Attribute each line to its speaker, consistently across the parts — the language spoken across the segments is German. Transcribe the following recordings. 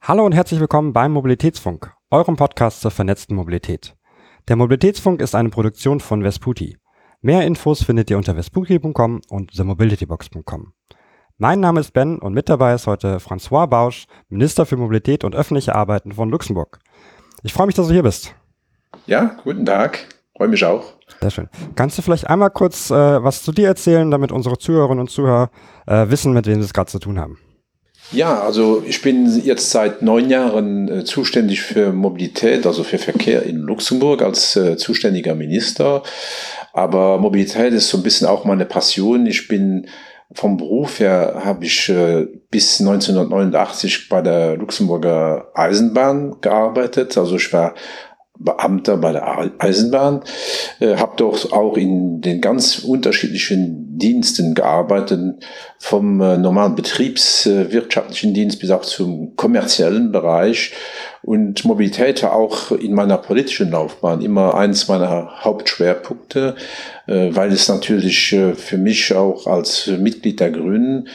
Speaker 1: Hallo und herzlich willkommen beim Mobilitätsfunk, eurem Podcast zur vernetzten Mobilität. Der Mobilitätsfunk ist eine Produktion von Vesputi. Mehr Infos findet ihr unter vesputi.com und themobilitybox.com. Mein Name ist Ben und mit dabei ist heute François Bausch, Minister für Mobilität und öffentliche Arbeiten von Luxemburg. Ich freue mich, dass du hier bist.
Speaker 2: Ja, guten Tag. Freue mich auch.
Speaker 1: Sehr schön. Kannst du vielleicht einmal kurz was zu dir erzählen, damit unsere Zuhörerinnen und Zuhörer wissen, mit wem sie es gerade zu tun haben?
Speaker 2: Ja, also ich bin jetzt seit 9 Jahren zuständig für Mobilität, also für Verkehr in Luxemburg als zuständiger Minister. Aber Mobilität ist so ein bisschen auch meine Passion. Ich bin vom Beruf her, habe ich bis 1989 bei der Luxemburger Eisenbahn gearbeitet. Also ich war Beamter bei der Eisenbahn, habe dort auch in den ganz unterschiedlichen Diensten gearbeitet, vom normalen betriebswirtschaftlichen Dienst bis auch zum kommerziellen Bereich. Und Mobilität war auch in meiner politischen Laufbahn immer eins meiner Hauptschwerpunkte, weil es natürlich für mich auch als Mitglied der Grünen,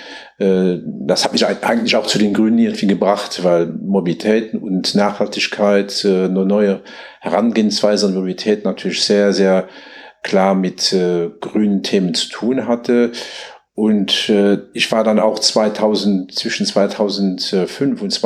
Speaker 2: das hat mich eigentlich auch zu den Grünen irgendwie gebracht, weil Mobilität und Nachhaltigkeit, eine neue Herangehensweise an Mobilität natürlich sehr, sehr klar mit grünen Themen zu tun hatte. Und ich war dann auch zwischen 2005 und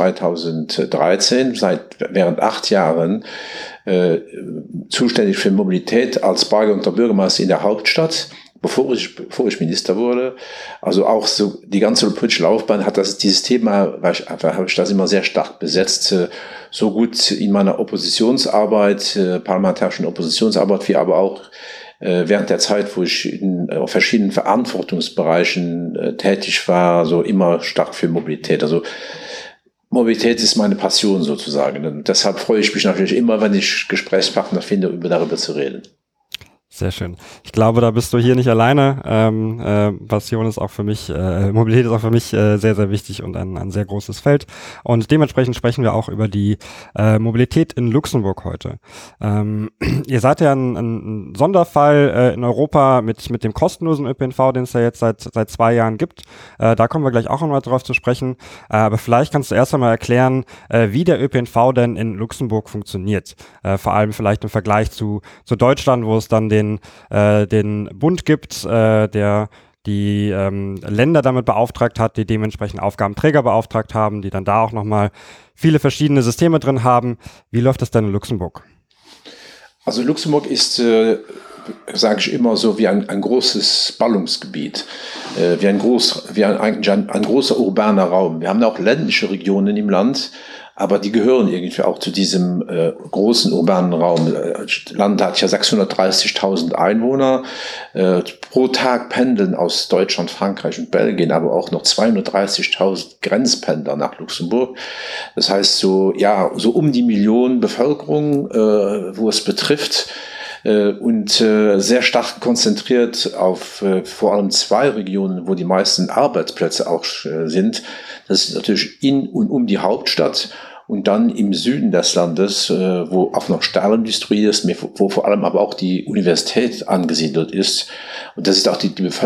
Speaker 2: 2013, während 8 Jahren, zuständig für Mobilität als Bargeordneter Bürgermeister in der Hauptstadt, bevor ich Minister wurde. Also auch so die ganze politische Laufbahn hat dieses Thema, habe ich das immer sehr stark besetzt, so gut in meiner Oppositionsarbeit, parlamentarischen Oppositionsarbeit, wie aber auch während der Zeit, wo ich in verschiedenen Verantwortungsbereichen tätig war, so immer stark für Mobilität. Also Mobilität ist meine Passion sozusagen. Und deshalb freue ich mich natürlich immer, wenn ich Gesprächspartner finde, darüber zu reden.
Speaker 1: Sehr schön. Ich glaube, da bist du hier nicht alleine. Passion ist auch für mich, Mobilität ist auch für mich sehr, sehr wichtig und ein sehr großes Feld. Und dementsprechend sprechen wir auch über die Mobilität in Luxemburg heute. Ihr seid ja ein Sonderfall in Europa mit dem kostenlosen ÖPNV, den es ja jetzt seit 2 Jahren gibt. Da kommen wir gleich auch nochmal drauf zu sprechen. Aber vielleicht kannst du erst einmal erklären, wie der ÖPNV denn in Luxemburg funktioniert. Vor allem vielleicht im Vergleich zu Deutschland, wo es dann den Bund gibt, der die Länder damit beauftragt hat, die dementsprechend Aufgabenträger beauftragt haben, die dann da auch nochmal viele verschiedene Systeme drin haben. Wie läuft das denn in Luxemburg?
Speaker 2: Also Luxemburg ist, sage ich immer so, wie ein großes Ballungsgebiet, wie ein großer urbaner Raum. Wir haben auch ländliche Regionen im Land, aber die gehören irgendwie auch zu diesem großen urbanen Raum. Das Land hat ja 630.000 Einwohner. Pro Tag pendeln aus Deutschland, Frankreich und Belgien, aber auch noch 230.000 Grenzpendler nach Luxemburg. Das heißt so um die Million Bevölkerung, wo es betrifft. Und sehr stark konzentriert auf vor allem 2 Regionen, wo die meisten Arbeitsplätze auch sind. Das ist natürlich in und um die Hauptstadt und dann im Süden des Landes, wo auch noch Stahlindustrie ist, wo vor allem aber auch die Universität angesiedelt ist. Und das ist auch der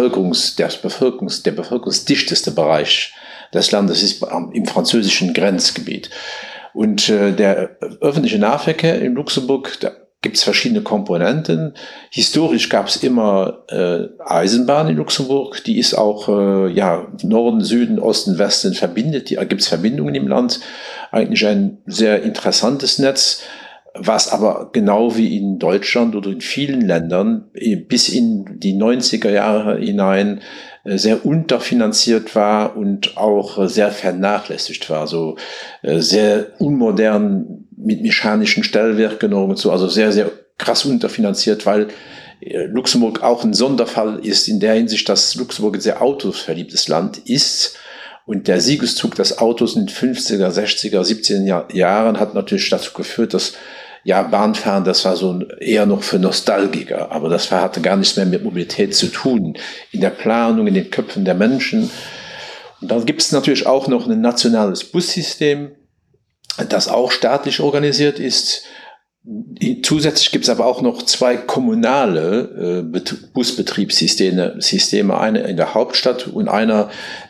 Speaker 2: bevölkerungsdichteste Bereich des Landes, ist im französischen Grenzgebiet. Und der öffentliche Nahverkehr in Luxemburg, da gibt es verschiedene Komponenten. Historisch gab es immer Eisenbahn in Luxemburg, die ist auch Norden, Süden, Osten, Westen verbindet. Da gibt es Verbindungen im Land. Eigentlich ein sehr interessantes Netz, was aber genau wie in Deutschland oder in vielen Ländern bis in die 90er Jahre hinein sehr unterfinanziert war und auch sehr vernachlässigt war, so sehr unmodern mit mechanischen Stellwerken und so, also sehr, sehr krass unterfinanziert, weil Luxemburg auch ein Sonderfall ist in der Hinsicht, dass Luxemburg ein sehr autosverliebtes Land ist. Und der Siegeszug des Autos in den 50er, 60er, 70er Jahren hat natürlich dazu geführt, dass Bahnfahren, das war so eher noch für Nostalgiker, aber das hatte gar nichts mehr mit Mobilität zu tun. In der Planung, in den Köpfen der Menschen. Und dann gibt es natürlich auch noch ein nationales Bussystem, das auch staatlich organisiert ist. Zusätzlich gibt es aber auch noch 2 kommunale Busbetriebssysteme, eine in der Hauptstadt und einer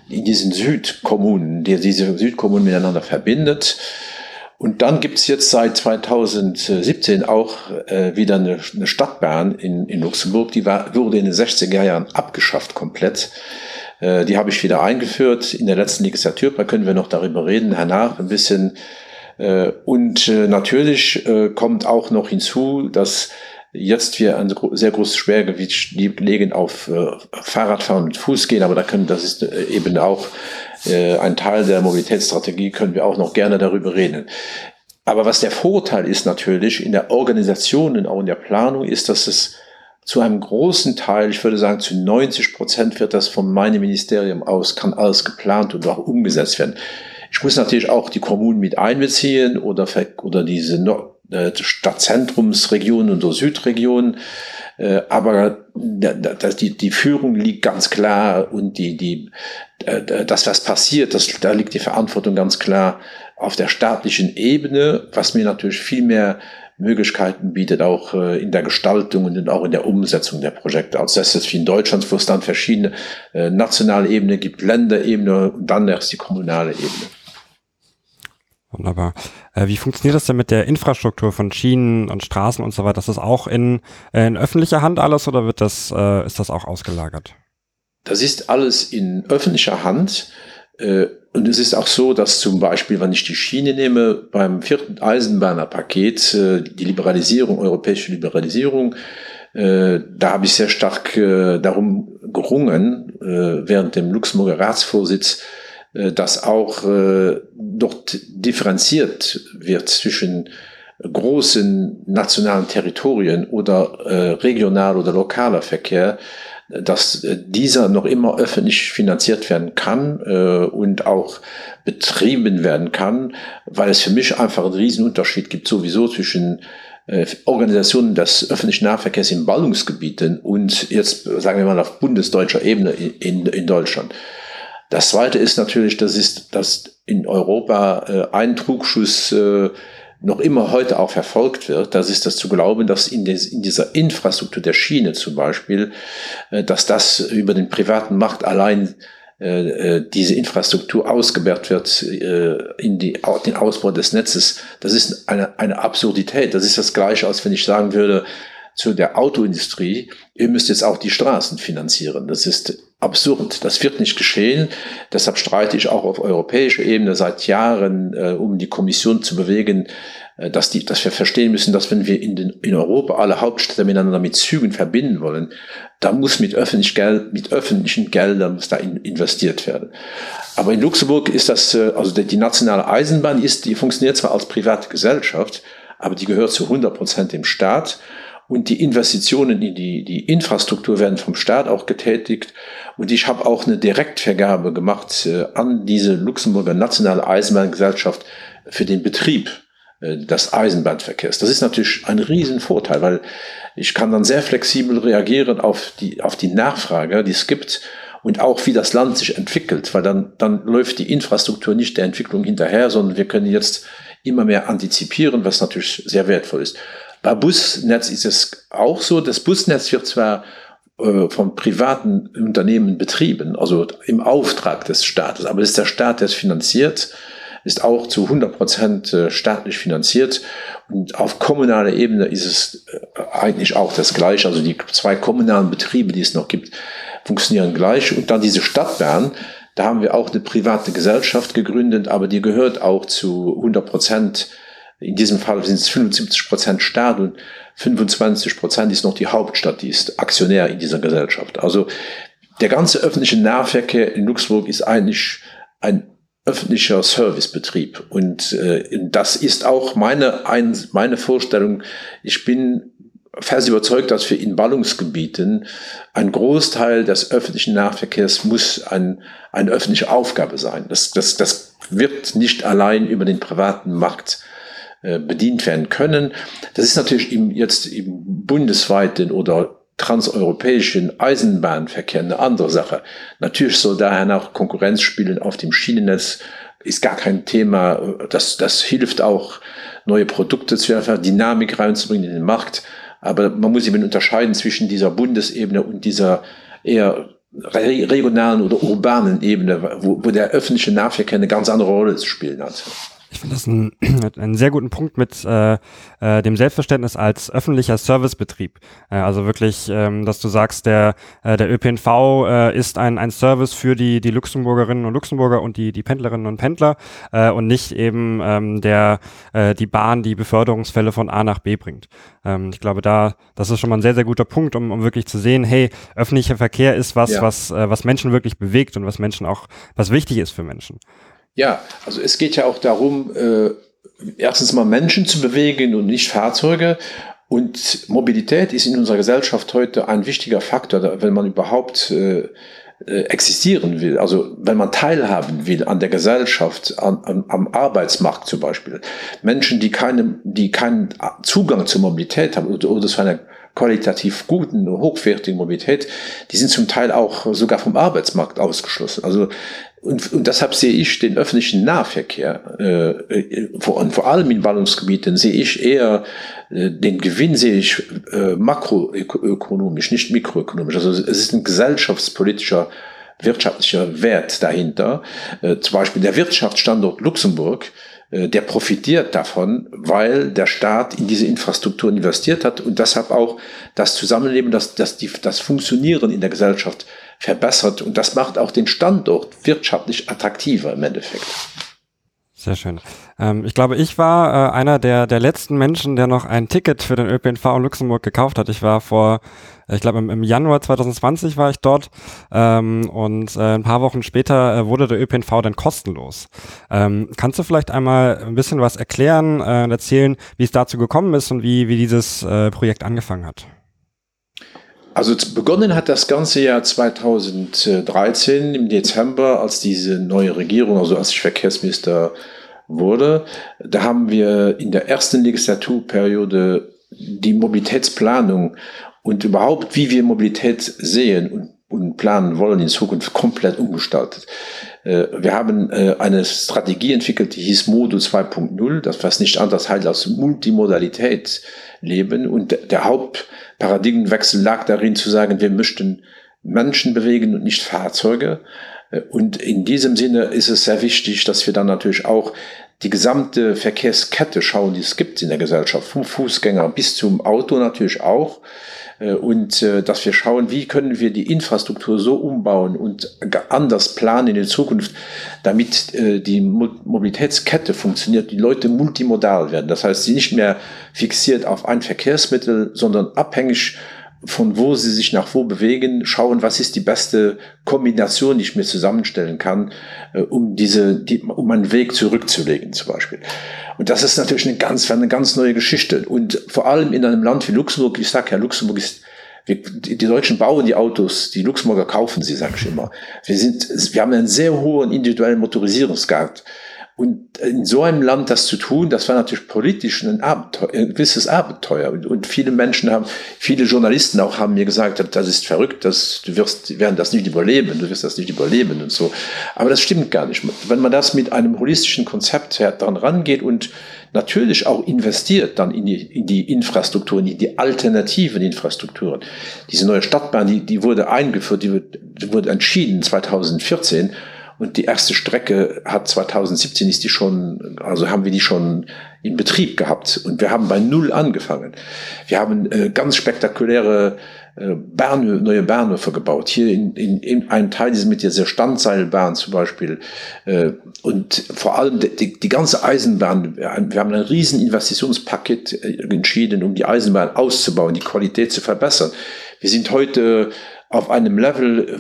Speaker 2: in diesen Südkommunen, der diese Südkommunen miteinander verbindet. Und dann gibt's jetzt seit 2017 auch wieder eine Stadtbahn in Luxemburg, die wurde in den 60er Jahren abgeschafft komplett. Die habe ich wieder eingeführt in der letzten Legislatur, da können wir noch darüber reden, hernach ein bisschen. Und natürlich kommt auch noch hinzu, dass jetzt wir ein sehr großes Schwergewicht legen auf Fahrradfahren und Fußgehen, aber das ist eben auch ein Teil der Mobilitätsstrategie, können wir auch noch gerne darüber reden. Aber was der Vorteil ist natürlich in der Organisation und auch in der Planung, ist, dass es zu einem großen Teil, ich würde sagen zu 90% wird das von meinem Ministerium aus, kann alles geplant und auch umgesetzt werden. Ich muss natürlich auch die Kommunen mit einbeziehen oder diese Stadtzentrumsregionen oder Südregionen, aber die Führung liegt ganz klar und das, was passiert, da liegt die Verantwortung ganz klar auf der staatlichen Ebene, was mir natürlich viel mehr Möglichkeiten bietet, auch in der Gestaltung und auch in der Umsetzung der Projekte. Also das ist jetzt wie in Deutschland, wo es dann verschiedene nationale Ebene gibt, Länderebene und dann erst die kommunale Ebene.
Speaker 1: Wunderbar. Wie funktioniert das denn mit der Infrastruktur von Schienen und Straßen und so weiter? Das ist auch in öffentlicher Hand alles oder ist das auch ausgelagert?
Speaker 2: Das ist alles in öffentlicher Hand. Und es ist auch so, dass zum Beispiel, wenn ich die Schiene nehme, beim 4. Eisenbahnerpaket, die Liberalisierung, europäische Liberalisierung, da habe ich sehr stark darum gerungen, während dem Luxemburger Ratsvorsitz, dass auch dort differenziert wird zwischen großen nationalen Territorien oder regional oder lokaler Verkehr, dass dieser noch immer öffentlich finanziert werden kann und auch betrieben werden kann, weil es für mich einfach einen Riesenunterschied gibt sowieso zwischen Organisationen des öffentlichen Nahverkehrs in Ballungsgebieten und jetzt, sagen wir mal, auf bundesdeutscher Ebene in Deutschland. Das Zweite ist natürlich, dass in Europa ein Trugschuss noch immer heute auch verfolgt wird. Das ist das zu glauben, dass in dieser Infrastruktur der Schiene zum Beispiel, dass das über den privaten Markt allein diese Infrastruktur ausgebaut wird in den Ausbau des Netzes. Das ist eine Absurdität. Das ist das Gleiche, als wenn ich sagen würde, zu der Autoindustrie, ihr müsst jetzt auch die Straßen finanzieren. Das ist absurd. Das wird nicht geschehen. Deshalb streite ich auch auf europäischer Ebene seit Jahren, um die Kommission zu bewegen, dass wir verstehen müssen, dass wenn wir in Europa alle Hauptstädte miteinander mit Zügen verbinden wollen, da muss mit öffentlichen Geldern muss da investiert werden. Aber in Luxemburg ist das, also die nationale Eisenbahn die funktioniert zwar als private Gesellschaft, aber die gehört zu 100% dem Staat. Und die Investitionen in die Infrastruktur werden vom Staat auch getätigt. Und ich habe auch eine Direktvergabe gemacht an diese Luxemburger Nationale Eisenbahngesellschaft für den Betrieb des Eisenbahnverkehrs. Das ist natürlich ein Riesenvorteil, weil ich kann dann sehr flexibel reagieren auf die Nachfrage, die es gibt und auch wie das Land sich entwickelt, weil dann läuft die Infrastruktur nicht der Entwicklung hinterher, sondern wir können jetzt immer mehr antizipieren, was natürlich sehr wertvoll ist. Bei Busnetz ist es auch so, das Busnetz wird zwar von privaten Unternehmen betrieben, also im Auftrag des Staates, aber es ist der Staat, der es finanziert, ist auch zu 100% staatlich finanziert und auf kommunaler Ebene ist es eigentlich auch das Gleiche, also die 2 kommunalen Betriebe, die es noch gibt, funktionieren gleich und dann diese Stadtbahn, da haben wir auch eine private Gesellschaft gegründet, aber die gehört auch zu 100%. In diesem Fall sind es 75% Staat und 25% ist noch die Hauptstadt, die ist Aktionär in dieser Gesellschaft. Also der ganze öffentliche Nahverkehr in Luxemburg ist eigentlich ein öffentlicher Servicebetrieb. Und das ist auch meine Vorstellung. Ich bin fest überzeugt, dass wir in Ballungsgebieten ein Großteil des öffentlichen Nahverkehrs muss eine öffentliche Aufgabe sein. Das wird nicht allein über den privaten Markt bedient werden können. Das ist natürlich jetzt im bundesweiten oder transeuropäischen Eisenbahnverkehr eine andere Sache. Natürlich soll daher noch Konkurrenz spielen auf dem Schienennetz, ist gar kein Thema. Das hilft auch, neue Produkte zu einfach Dynamik reinzubringen in den Markt. Aber man muss eben unterscheiden zwischen dieser Bundesebene und dieser eher regionalen oder urbanen Ebene, wo der öffentliche Nahverkehr eine ganz andere Rolle zu spielen hat.
Speaker 1: Ich finde das einen sehr guten Punkt mit dem Selbstverständnis als öffentlicher Servicebetrieb. Also wirklich, dass du sagst, der ÖPNV ist ein Service für die Luxemburgerinnen und Luxemburger und die Pendlerinnen und Pendler und nicht eben die Bahn, die Beförderungsfälle von A nach B bringt. Ich glaube, das ist schon mal ein sehr, sehr guter Punkt, um wirklich zu sehen, hey, öffentlicher Verkehr ist was Menschen wirklich bewegt und was wichtig ist für Menschen.
Speaker 2: Ja, also es geht ja auch darum, erstens mal Menschen zu bewegen und nicht Fahrzeuge. Und Mobilität ist in unserer Gesellschaft heute ein wichtiger Faktor, wenn man überhaupt existieren will. Also wenn man teilhaben will an der Gesellschaft, am Arbeitsmarkt zum Beispiel. Menschen, die keinen Zugang zur Mobilität haben oder zu einer qualitativ guten, hochwertigen Mobilität, die sind zum Teil auch sogar vom Arbeitsmarkt ausgeschlossen. Also und deshalb sehe ich den öffentlichen Nahverkehr, vor allem in Ballungsgebieten, sehe ich eher den Gewinn sehe ich makroökonomisch, nicht mikroökonomisch. Also es ist ein gesellschaftspolitischer, wirtschaftlicher Wert dahinter. Zum Beispiel der Wirtschaftsstandort Luxemburg, der profitiert davon, weil der Staat in diese Infrastruktur investiert hat und deshalb auch das Zusammenleben, das Funktionieren in der Gesellschaft verbessert. Und das macht auch den Standort wirtschaftlich attraktiver im Endeffekt.
Speaker 1: Sehr schön. Ich glaube, ich war einer der letzten Menschen, der noch ein Ticket für den ÖPNV in Luxemburg gekauft hat. Ich war ich glaube im Januar 2020 war ich dort und ein paar Wochen später wurde der ÖPNV dann kostenlos. Kannst du vielleicht einmal ein bisschen was erklären und erzählen, wie es dazu gekommen ist und wie dieses Projekt angefangen hat?
Speaker 2: Also begonnen hat das ganze Jahr 2013 im Dezember, als diese neue Regierung, also als ich Verkehrsminister wurde. Da haben wir in der ersten Legislaturperiode die Mobilitätsplanung und überhaupt, wie wir Mobilität sehen und planen wollen in Zukunft, komplett umgestaltet. Wir haben eine Strategie entwickelt, die hieß Modo 2.0, das was nicht anders heißt als Multimodalität leben. Und der Hauptparadigmenwechsel lag darin zu sagen, wir möchten Menschen bewegen und nicht Fahrzeuge. Und in diesem Sinne ist es sehr wichtig, dass wir dann natürlich auch die gesamte Verkehrskette schauen, die es gibt in der Gesellschaft, vom Fußgänger bis zum Auto natürlich auch. Und dass wir schauen, wie können wir die Infrastruktur so umbauen und anders planen in der Zukunft, damit die Mobilitätskette funktioniert, die Leute multimodal werden. Das heißt, sie nicht mehr fixiert auf ein Verkehrsmittel, sondern abhängig von wo sie sich nach wo bewegen, schauen, was ist die beste Kombination, die ich mir zusammenstellen kann, um einen Weg zurückzulegen zum Beispiel. Und das ist natürlich eine ganz neue Geschichte. Und vor allem in einem Land wie Luxemburg, ich sage ja, Luxemburg ist, die Deutschen bauen die Autos, die Luxemburger kaufen sie, sage ich immer. Wir haben einen sehr hohen individuellen Motorisierungsgrad. Und in so einem Land das zu tun, das war natürlich politisch ein gewisses Abenteuer. Und viele Journalisten auch haben mir gesagt, das ist verrückt, du wirst das nicht überleben und so. Aber das stimmt gar nicht. Wenn man das mit einem holistischen Konzept daran rangeht und natürlich auch investiert dann in die Infrastrukturen, in die alternativen Infrastrukturen. Diese neue Stadtbahn, die wurde eingeführt, die wurde entschieden 2014. Und die erste Strecke hat 2017 haben wir die schon in Betrieb gehabt. Und wir haben bei Null angefangen. Wir haben ganz spektakuläre neue Bahnhöfe gebaut. Hier in einem Teil mit dieser Standseilbahn zum Beispiel. Und vor allem die ganze Eisenbahn. Wir haben ein riesen Investitionspaket entschieden, um die Eisenbahn auszubauen, die Qualität zu verbessern. Wir sind heute auf einem Level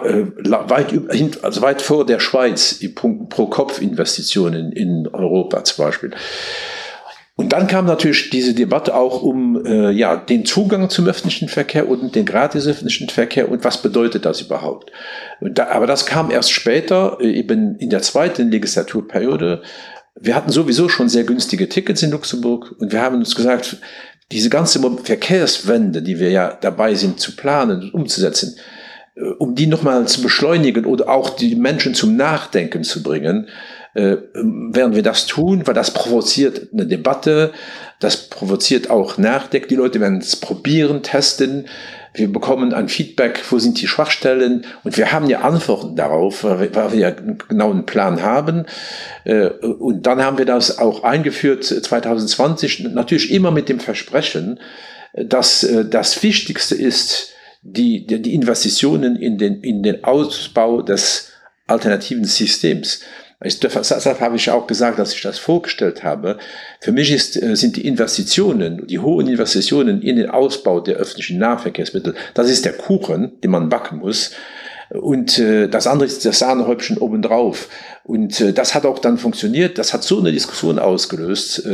Speaker 2: weit vor der Schweiz pro Kopf Investitionen in Europa zum Beispiel. Und dann kam natürlich diese Debatte auch um den Zugang zum öffentlichen Verkehr und den gratis öffentlichen Verkehr und was bedeutet das überhaupt. Aber das kam erst später, eben in der zweiten Legislaturperiode. Wir hatten sowieso schon sehr günstige Tickets in Luxemburg und wir haben uns gesagt, diese ganze Verkehrswende, die wir ja dabei sind zu planen und umzusetzen, um die nochmal zu beschleunigen oder auch die Menschen zum Nachdenken zu bringen, werden wir das tun, weil das provoziert eine Debatte, das provoziert auch Nachdenken. Die Leute werden es probieren, testen. Wir bekommen ein Feedback, wo sind die Schwachstellen, und wir haben ja Antworten darauf, weil wir ja genau einen Plan haben. Und dann haben wir das auch eingeführt 2020, natürlich immer mit dem Versprechen, dass das Wichtigste ist, die Investitionen in den Ausbau des alternativen Systems. Deshalb habe ich auch gesagt, dass ich das vorgestellt habe. Für mich sind die Investitionen, die hohen Investitionen in den Ausbau der öffentlichen Nahverkehrsmittel, das ist der Kuchen, den man backen muss. Und das andere ist das Sahnehäubchen obendrauf. Und das hat auch dann funktioniert. Das hat so eine Diskussion ausgelöst,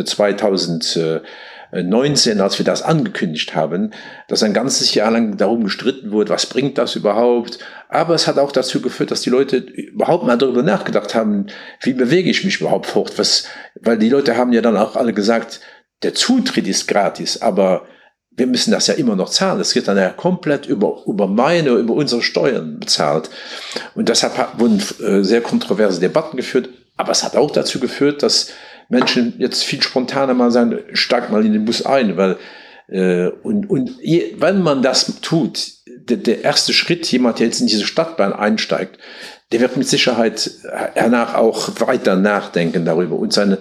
Speaker 2: 2019, als wir das angekündigt haben, dass ein ganzes Jahr lang darum gestritten wurde, was bringt das überhaupt? Aber es hat auch dazu geführt, dass die Leute überhaupt mal darüber nachgedacht haben, wie bewege ich mich überhaupt fort? Weil die Leute haben ja dann auch alle gesagt, der Zutritt ist gratis, aber wir müssen das ja immer noch zahlen. Das wird dann ja komplett über unsere Steuern bezahlt. Und deshalb wurden sehr kontroverse Debatten geführt. Aber es hat auch dazu geführt, dass Menschen jetzt viel spontaner mal sagen, steig mal in den Bus ein, weil wenn man das tut, der erste Schritt, jemand, der jetzt in diese Stadtbahn einsteigt, der wird mit Sicherheit danach auch weiter nachdenken darüber und seine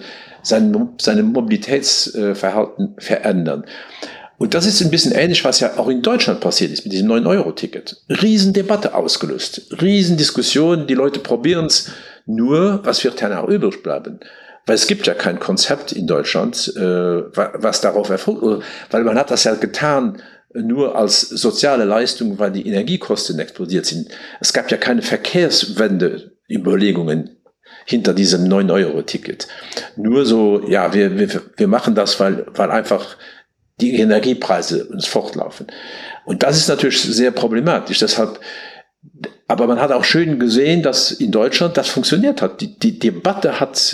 Speaker 2: Mobilitätsverhalten verändern. Und das ist ein bisschen ähnlich, was ja auch in Deutschland passiert ist mit diesem 9-Euro-Ticket. Riesendebatte ausgelöst, Riesendiskussion, die Leute probieren es, nur was wird danach übrig bleiben? Weil es gibt ja kein Konzept in Deutschland, was darauf erfolgt, weil man hat das ja getan, nur als soziale Leistung, weil die Energiekosten explodiert sind. Es gab ja keine Verkehrswende-Überlegungen hinter diesem 9-Euro-Ticket. Nur so, ja, wir machen das, weil einfach die Energiepreise uns fortlaufen. Und das ist natürlich sehr problematisch. Deshalb, aber man hat auch schön gesehen, dass in Deutschland das funktioniert hat. Die Debatte hat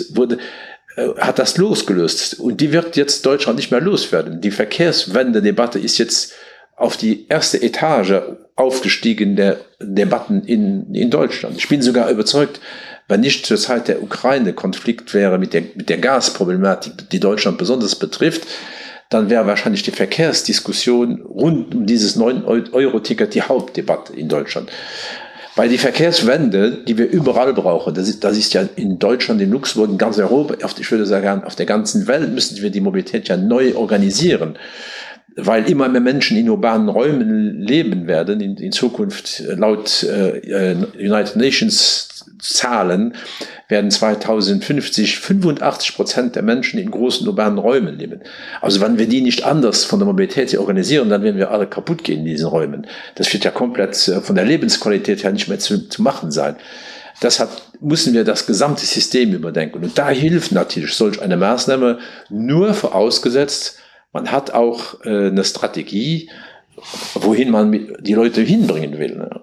Speaker 2: das losgelöst. Und die wird jetzt Deutschland nicht mehr loswerden. Die Verkehrswende-Debatte ist jetzt auf die erste Etage aufgestiegen der Debatten in Deutschland. Ich bin sogar überzeugt, wenn nicht zur Zeit der Ukraine-Konflikt wäre mit der Gasproblematik, die Deutschland besonders betrifft, dann wäre wahrscheinlich die Verkehrsdiskussion rund um dieses 9-Euro-Ticket die Hauptdebatte in Deutschland. Weil die Verkehrswende, die wir überall brauchen, das ist ja in Deutschland, in Luxemburg, in ganz Europa, ich würde sagen, auf der ganzen Welt müssen wir die Mobilität ja neu organisieren. Weil immer mehr Menschen in urbanen Räumen leben werden, in Zukunft laut United Nations Zahlen werden 2050 85% der Menschen in großen urbanen Räumen leben. Also wenn wir die nicht anders von der Mobilität organisieren, dann werden wir alle kaputt gehen in diesen Räumen. Das wird ja komplett von der Lebensqualität her nicht mehr zu machen sein. Deshalb müssen wir das gesamte System überdenken. Und da hilft natürlich solch eine Maßnahme nur vorausgesetzt, man hat auch eine Strategie, wohin man die Leute hinbringen will. Ne?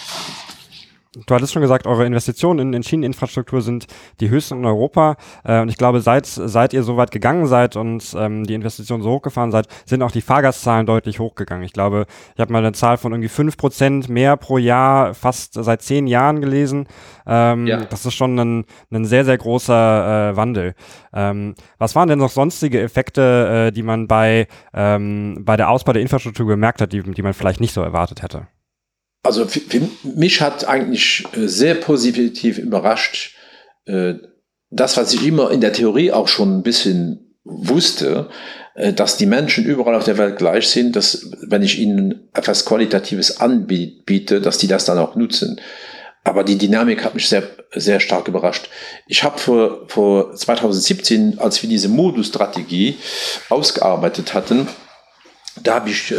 Speaker 1: Du hattest schon gesagt, eure Investitionen in Schieneninfrastruktur sind die höchsten in Europa. Und ich glaube, seit ihr so weit gegangen seid und die Investitionen so hochgefahren seid, sind auch die Fahrgastzahlen deutlich hochgegangen. Ich glaube, ich habe mal eine Zahl von irgendwie 5% mehr pro Jahr fast seit 10 Jahren gelesen. Ja. Das ist schon ein sehr, sehr großer Wandel. Was waren denn noch sonstige Effekte, die man bei der Ausbau der Infrastruktur gemerkt hat, die man vielleicht nicht so erwartet hätte?
Speaker 2: Also für mich hat eigentlich sehr positiv überrascht, das, was ich immer in der Theorie auch schon ein bisschen wusste, dass die Menschen überall auf der Welt gleich sind, dass wenn ich ihnen etwas Qualitatives anbiete, dass die das dann auch nutzen. Aber die Dynamik hat mich sehr, sehr stark überrascht. Ich habe vor 2017, als wir diese Modus-Strategie ausgearbeitet hatten, da habe ich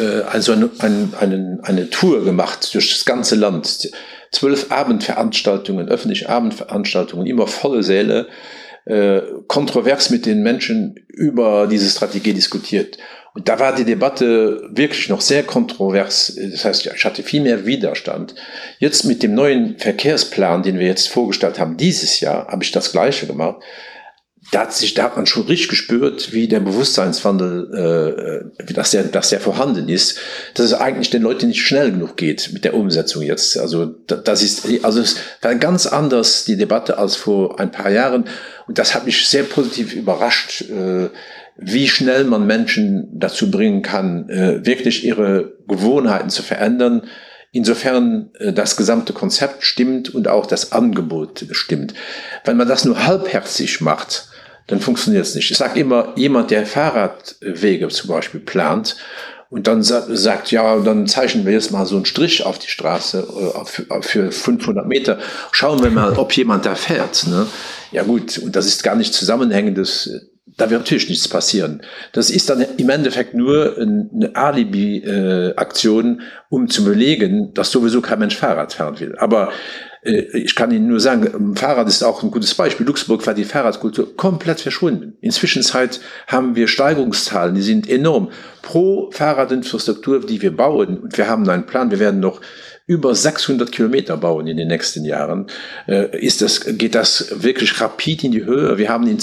Speaker 2: eine Tour gemacht durch das ganze Land. 12 Abendveranstaltungen, öffentliche Abendveranstaltungen, immer volle Säle, kontrovers mit den Menschen über diese Strategie diskutiert. Und da war die Debatte wirklich noch sehr kontrovers. Das heißt, ich hatte viel mehr Widerstand. Jetzt mit dem neuen Verkehrsplan, den wir jetzt vorgestellt haben, dieses Jahr, habe ich das Gleiche gemacht. Da hat man schon richtig gespürt, wie der Bewusstseinswandel, dass der vorhanden ist, dass es eigentlich den Leuten nicht schnell genug geht mit der Umsetzung jetzt. Also es war ganz anders die Debatte als vor ein paar Jahren, und das hat mich sehr positiv überrascht, wie schnell man Menschen dazu bringen kann, wirklich ihre Gewohnheiten zu verändern, insofern das gesamte Konzept stimmt und auch das Angebot stimmt. Wenn man das nur halbherzig macht, dann funktioniert es nicht. Ich sage immer, jemand, der Fahrradwege zum Beispiel plant und dann sagt, ja, dann zeichnen wir jetzt mal so einen Strich auf die Straße für 500 Meter, schauen wir mal, ob jemand da fährt. Ne? Ja gut, und das ist gar nicht zusammenhängendes. Da wird natürlich nichts passieren. Das ist dann im Endeffekt nur eine Alibi-Aktion, um zu belegen, dass sowieso kein Mensch Fahrrad fahren will. Aber ich kann Ihnen nur sagen, Fahrrad ist auch ein gutes Beispiel. Luxemburg war die Fahrradkultur komplett verschwunden. Inzwischen haben wir Steigerungszahlen, die sind enorm. Pro Fahrradinfrastruktur, die wir bauen, und wir haben einen Plan, wir werden noch über 600 Kilometer bauen in den nächsten Jahren, geht das wirklich rapid in die Höhe. Wir haben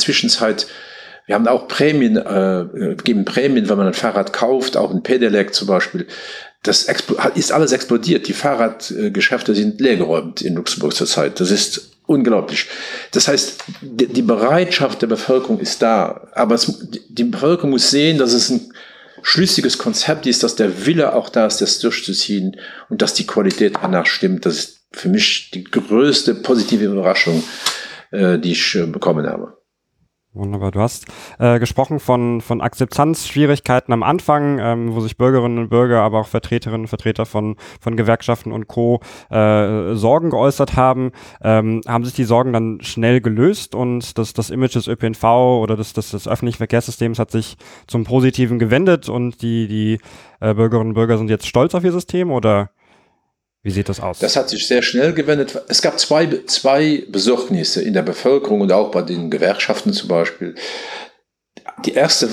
Speaker 2: wir haben auch Prämien, geben Prämien, wenn man ein Fahrrad kauft, auch ein Pedelec zum Beispiel. Das ist alles explodiert. Die Fahrradgeschäfte sind leergeräumt in Luxemburg zurzeit. Das ist unglaublich. Das heißt, die Bereitschaft der Bevölkerung ist da. Aber die Bevölkerung muss sehen, dass es ein schlüssiges Konzept ist, dass der Wille auch da ist, das durchzuziehen und dass die Qualität danach stimmt. Das ist für mich die größte positive Überraschung, die ich bekommen habe.
Speaker 1: Wunderbar. Du hast gesprochen von Akzeptanzschwierigkeiten am Anfang, wo sich Bürgerinnen und Bürger, aber auch Vertreterinnen und Vertreter von Gewerkschaften und Co. Sorgen geäußert haben. Haben sich die Sorgen dann schnell gelöst und das Image des ÖPNV oder des öffentlichen Verkehrssystems hat sich zum Positiven gewendet und die Bürgerinnen und Bürger sind jetzt stolz auf ihr System, oder wie sieht das aus?
Speaker 2: Das hat sich sehr schnell gewendet. Es gab zwei Besorgnisse in der Bevölkerung und auch bei den Gewerkschaften zum Beispiel. Die erste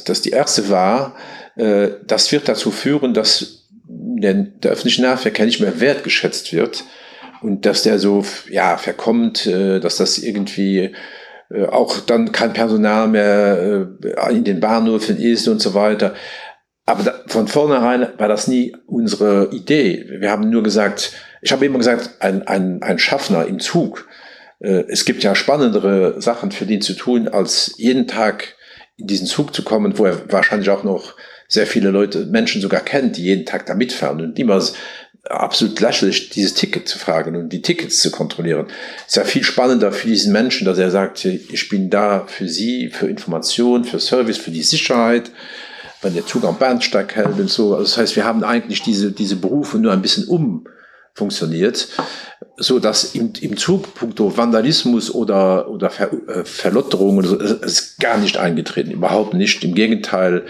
Speaker 2: war, das wird dazu führen, dass der öffentliche Nahverkehr nicht mehr wertgeschätzt wird und dass der so verkommt, dass das irgendwie auch dann kein Personal mehr in den Bahnhöfen ist und so weiter. Aber von vornherein war das nie unsere Idee. Wir haben nur gesagt, ich habe immer gesagt, ein Schaffner im Zug, es gibt ja spannendere Sachen für den zu tun, als jeden Tag in diesen Zug zu kommen, wo er wahrscheinlich auch noch sehr viele Menschen sogar kennt, die jeden Tag da mitfahren und immer absolut lächerlich, dieses Ticket zu fragen und die Tickets zu kontrollieren. Es ist ja viel spannender für diesen Menschen, dass er sagt, ich bin da für Sie, für Information, für Service, für die Sicherheit, wenn der Zug am Bahnsteig hält und so. Also das heißt, wir haben eigentlich diese Berufe nur ein bisschen umfunktioniert, so dass im Zug puncto Vandalismus oder Verlotterung oder so, ist gar nicht eingetreten, überhaupt nicht. Im Gegenteil,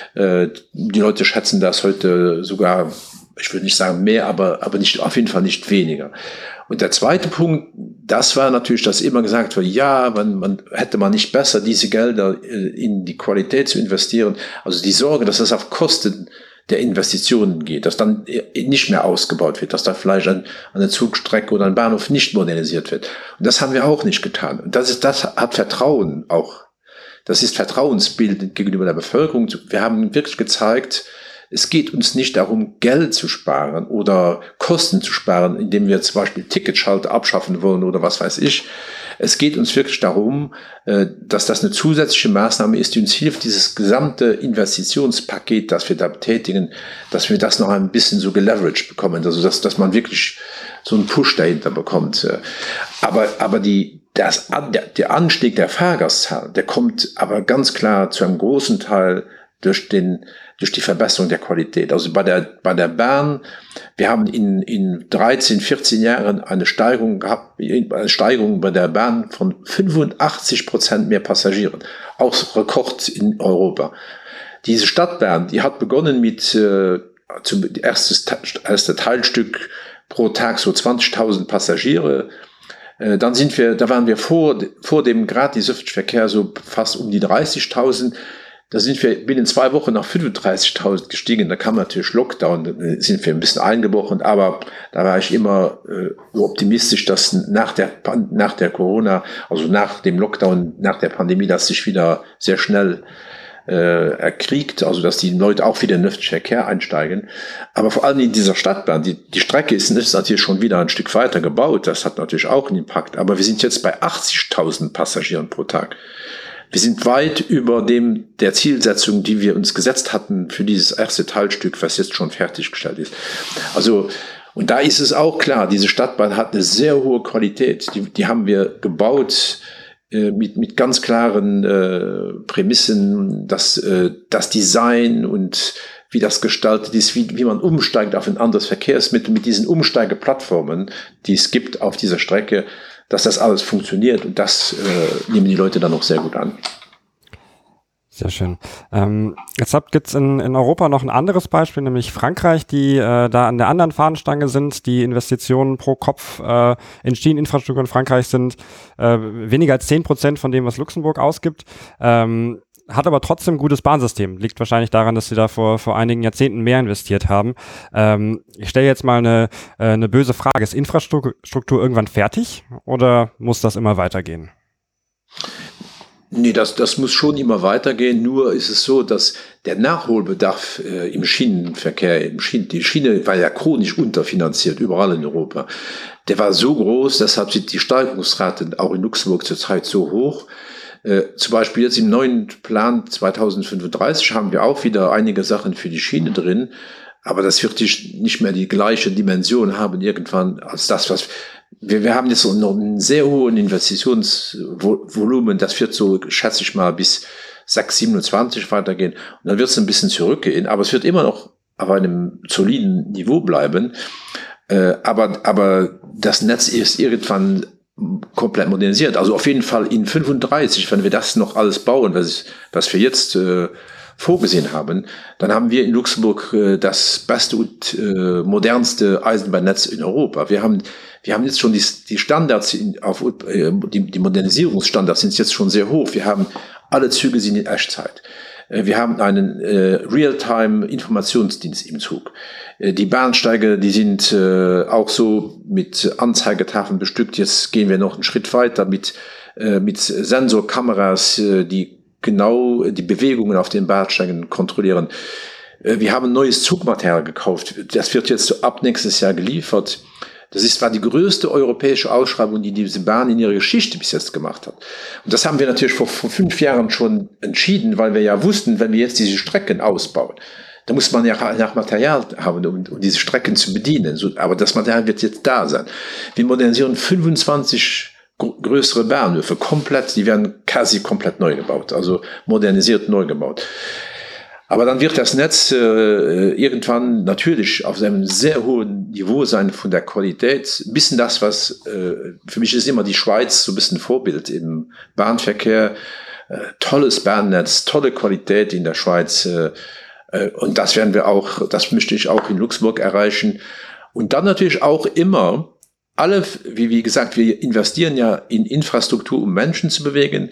Speaker 2: die Leute schätzen das heute sogar, ich würde nicht sagen mehr, aber nicht, auf jeden Fall nicht weniger. Und der zweite Punkt, das war natürlich, dass immer gesagt wird, ja, man hätte man nicht besser diese Gelder in die Qualität zu investieren. Also die Sorge, dass das auf Kosten der Investitionen geht, dass dann nicht mehr ausgebaut wird, dass da vielleicht eine Zugstrecke oder ein Bahnhof nicht modernisiert wird. Und das haben wir auch nicht getan. Und das hat Vertrauen auch. Das ist Vertrauensbild gegenüber der Bevölkerung. Wir haben wirklich gezeigt, es geht uns nicht darum, Geld zu sparen oder Kosten zu sparen, indem wir zum Beispiel Ticketschalter abschaffen wollen oder was weiß ich. Es geht uns wirklich darum, dass das eine zusätzliche Maßnahme ist, die uns hilft, dieses gesamte Investitionspaket, das wir da tätigen, dass wir das noch ein bisschen so geleveraged bekommen, also dass man wirklich so einen Push dahinter bekommt. Aber der Anstieg der Fahrgastzahlen, der kommt aber ganz klar zu einem großen Teil durch die Verbesserung der Qualität. Also bei der Bahn, wir haben in 13, 14 Jahren eine Steigerung bei der Bahn von 85% mehr Passagieren. Auch Rekord in Europa. Diese Stadtbahn, die hat begonnen mit erste Teilstück pro Tag so 20.000 Passagiere. Dann waren wir vor dem gratis Öffentlichverkehr so fast um die 30.000. Da sind wir binnen 2 Wochen nach 35.000 gestiegen. Da kam natürlich Lockdown, da sind wir ein bisschen eingebrochen, aber da war ich immer so optimistisch, dass nach der Corona, also nach dem Lockdown, nach der Pandemie, dass sich wieder sehr schnell erkriegt, also dass die Leute auch wieder in den öffentlichen Verkehr einsteigen. Aber vor allem in dieser Stadtbahn, die Strecke ist natürlich schon wieder ein Stück weiter gebaut, das hat natürlich auch einen Impact, aber wir sind jetzt bei 80.000 Passagieren pro Tag. Wir sind weit über der Zielsetzung, die wir uns gesetzt hatten für dieses erste Teilstück, was jetzt schon fertiggestellt ist. Also, und da ist es auch klar, diese Stadtbahn hat eine sehr hohe Qualität. Die haben wir gebaut mit ganz klaren Prämissen, das Design und wie das gestaltet ist, wie man umsteigt auf ein anderes Verkehrsmittel mit diesen Umsteigeplattformen, die es gibt auf dieser Strecke, dass das alles funktioniert, und das nehmen die Leute dann auch sehr gut an.
Speaker 1: Sehr schön. Jetzt gibt's in Europa noch ein anderes Beispiel, nämlich Frankreich, die da an der anderen Fahnenstange sind. Die Investitionen pro Kopf in Schieneninfrastruktur in Frankreich sind weniger als 10% von dem, was Luxemburg ausgibt. Hat aber trotzdem ein gutes Bahnsystem. Liegt wahrscheinlich daran, dass sie da vor einigen Jahrzehnten mehr investiert haben. Ich stelle jetzt mal eine böse Frage. Ist Infrastruktur irgendwann fertig oder muss das immer weitergehen?
Speaker 2: Nee, das muss schon immer weitergehen. Nur ist es so, dass der Nachholbedarf im Schienenverkehr, die Schiene war ja chronisch unterfinanziert, überall in Europa. Der war so groß, deshalb sind die Steigerungsraten auch in Luxemburg zurzeit so hoch. Zum Beispiel jetzt im neuen Plan 2035 haben wir auch wieder einige Sachen für die Schiene drin, aber das wird nicht mehr die gleiche Dimension haben irgendwann als das, was wir haben jetzt noch einen sehr hohen Investitionsvolumen, das wird so, schätze ich mal, bis 6,27 weitergehen, und dann wird es ein bisschen zurückgehen, aber es wird immer noch auf einem soliden Niveau bleiben, aber das Netz ist irgendwann komplett modernisiert. Also auf jeden Fall in 35, wenn wir das noch alles bauen, was wir jetzt vorgesehen haben, dann haben wir in Luxemburg das beste und modernste Eisenbahnnetz in Europa. Wir haben jetzt schon die Standards, die Modernisierungsstandards sind jetzt schon sehr hoch. Wir haben alle Züge sind in Echtzeit. Wir haben einen Realtime-Informationsdienst im Zug. Die Bahnsteige, die sind auch so mit Anzeigetafeln bestückt. Jetzt gehen wir noch einen Schritt weiter mit Sensorkameras, die genau die Bewegungen auf den Bahnsteigen kontrollieren. Wir haben ein neues Zugmaterial gekauft. Das wird jetzt ab nächstes Jahr geliefert. War die größte europäische Ausschreibung, die diese Bahn in ihrer Geschichte bis jetzt gemacht hat. Und das haben wir natürlich vor 5 Jahren schon entschieden, weil wir ja wussten, wenn wir jetzt diese Strecken ausbauen, da muss man ja nach Material haben, um diese Strecken zu bedienen. Aber das Material wird jetzt da sein. Wir modernisieren 25 größere Bahnhöfe komplett, die werden quasi komplett neu gebaut, also modernisiert neu gebaut. Aber dann wird das Netz irgendwann natürlich auf einem sehr hohen Niveau sein von der Qualität. Ein bisschen das, was für mich ist immer die Schweiz so ein bisschen Vorbild im Bahnverkehr. Tolles Bahnnetz, tolle Qualität in der Schweiz. Und das möchte ich auch in Luxemburg erreichen. Und dann natürlich auch immer wie gesagt, wir investieren ja in Infrastruktur, um Menschen zu bewegen.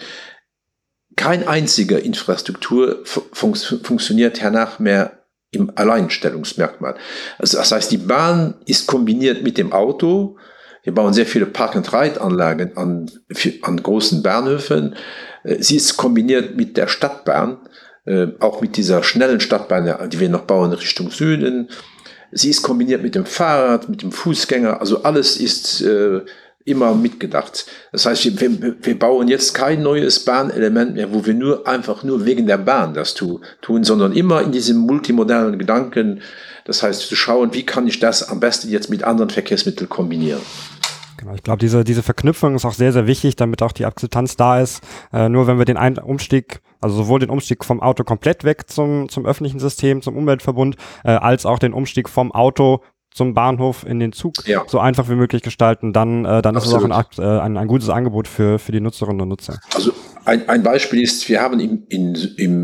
Speaker 2: Kein einziger Infrastruktur funktioniert hernach mehr im Alleinstellungsmerkmal. Also das heißt, die Bahn ist kombiniert mit dem Auto. Wir bauen sehr viele Park-and-Ride-Anlagen an großen Bahnhöfen. Sie ist kombiniert mit der Stadtbahn, auch mit dieser schnellen Stadtbahn, die wir noch bauen Richtung Süden. Sie ist kombiniert mit dem Fahrrad, mit dem Fußgänger. Also alles ist immer mitgedacht. Das heißt, wir bauen jetzt kein neues Bahnelement mehr, wo wir einfach nur wegen der Bahn das tun, sondern immer in diesem multimodalen Gedanken. Das heißt, zu schauen, wie kann ich das am besten jetzt mit anderen Verkehrsmitteln kombinieren.
Speaker 1: Genau, ich glaube, diese Verknüpfung ist auch sehr, sehr wichtig, damit auch die Akzeptanz da ist. Nur wenn wir den Umstieg, also sowohl den Umstieg vom Auto komplett weg zum öffentlichen System, zum Umweltverbund, als auch den Umstieg vom Auto zum Bahnhof in den Zug so einfach wie möglich gestalten, dann ist es auch ein gutes Angebot für die Nutzerinnen und Nutzer.
Speaker 2: Also ein Beispiel ist, wir haben im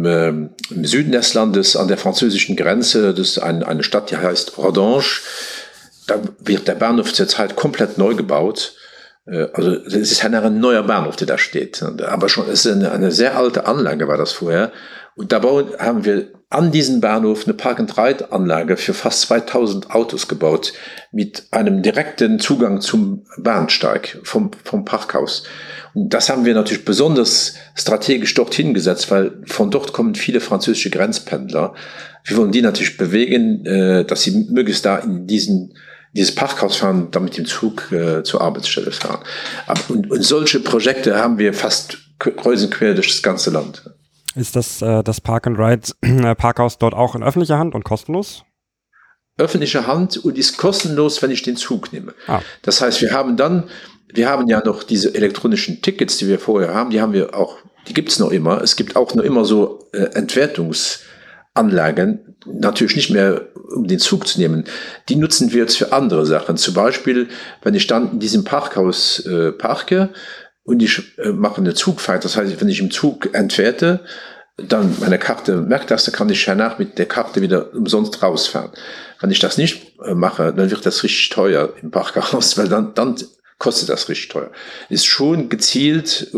Speaker 2: Süden des Landes an der französischen Grenze, das ist eine Stadt, die heißt Rodange. Da wird der Bahnhof zurzeit komplett neu gebaut. Also es ist ein neuer Bahnhof, der da steht. Aber es ist eine sehr alte Anlage, war das vorher. Und da haben wir an diesem Bahnhof eine Park-and-Ride-Anlage für fast 2000 Autos gebaut, mit einem direkten Zugang zum Bahnsteig vom Parkhaus. Und das haben wir natürlich besonders strategisch dorthin gesetzt, weil von dort kommen viele französische Grenzpendler. Wir wollen die natürlich bewegen, dass sie möglichst da in dieses Parkhaus fahren, dann mit dem Zug zur Arbeitsstelle fahren. Und solche Projekte haben wir fast kreuz und quer durch das ganze Land.
Speaker 1: Ist das Park and Ride Parkhaus dort auch in öffentlicher Hand und kostenlos?
Speaker 2: Öffentliche Hand und ist kostenlos, wenn ich den Zug nehme. Das heißt, wir haben ja noch diese elektronischen Tickets, die wir vorher haben, die gibt es noch immer. Es gibt auch noch immer so Entwertungsanlagen, natürlich nicht mehr, um den Zug zu nehmen. Die nutzen wir jetzt für andere Sachen. Zum Beispiel, wenn ich dann in diesem Parkhaus parke und ich mache eine Zugfahrt, das heißt, wenn ich im Zug entwerte, dann meine Karte merkt das, dann kann ich danach mit der Karte wieder umsonst rausfahren. Wenn ich das nicht mache, dann wird das richtig teuer im Parkhaus, weil dann kostet das richtig teuer. Ist schon gezielt